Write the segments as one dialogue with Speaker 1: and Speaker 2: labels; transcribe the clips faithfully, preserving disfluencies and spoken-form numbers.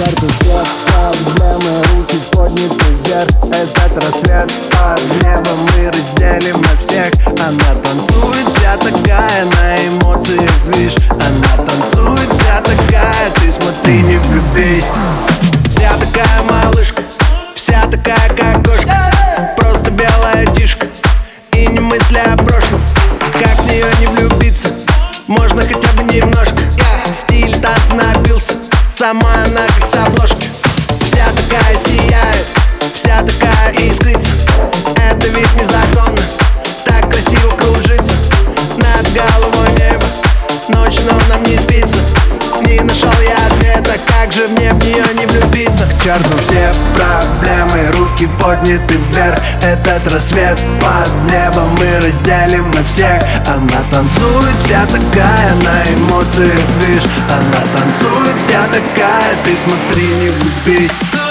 Speaker 1: черту все проблемы, руки подняты вверх. Этот рассвет под небом мы разделим на всех. Она танцует вся такая, на эмоциях, видишь. Она танцует вся такая, ты смотри, не влюбись.
Speaker 2: Вся такая малышка, вся такая как кошка, просто белая тишка и не мысли о прошлом. Как в нее не влюбиться, можно хотя бы немножко. Стиль танца набился, сама она как с обложки. Вся такая сияет, вся такая искрится. Это ведь незаконно, так красиво кружится над головой небо. Ночь, но нам не спится. Не нашел я ответа, как же мне в нее не влюбиться.
Speaker 1: К черту все проблемы, руки подняты вверх. Этот рассвет под небом мы разделим на всех. Она танцует вся такая, на эмоциях, видишь. Она танцует вся такая, ты смотри, не влюбись.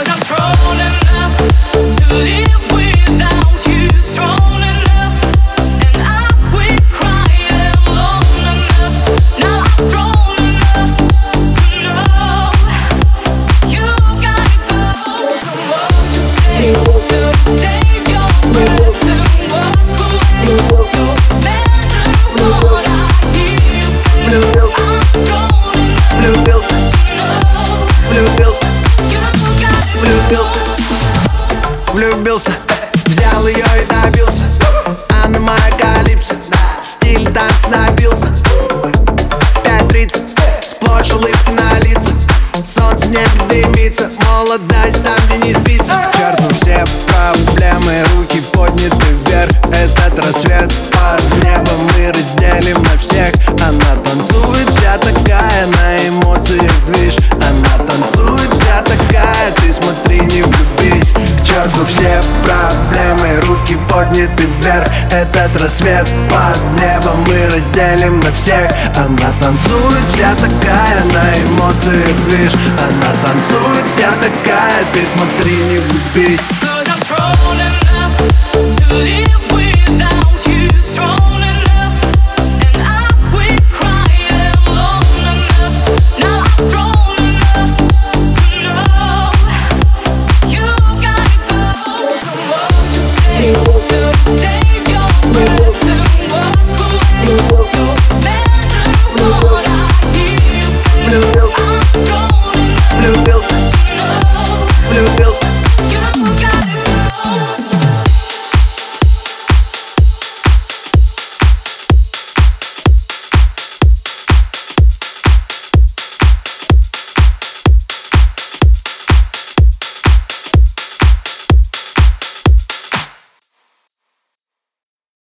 Speaker 2: Влюбился, взял ее и добился. Она моя калипсо, стиль танц набился. Пять тридцать, сплошь улыбки на лицах. Солнце в небе дымится, молодость там, где не спится.
Speaker 1: К черту все проблемы, руки подняты вверх. Этот рассвет под небом мы разделим на всех. Она танцует вся такая, на эмоциях, видишь. Она танцует вся такая, ты смотри, не влюбись. К черту все проблемы, руки подняты вверх. Этот рассвет под небом мы разделим на всех. Она танцует вся такая, на эмоциях, видишь. Она танцует вся такая, ты смотри, не влюбись.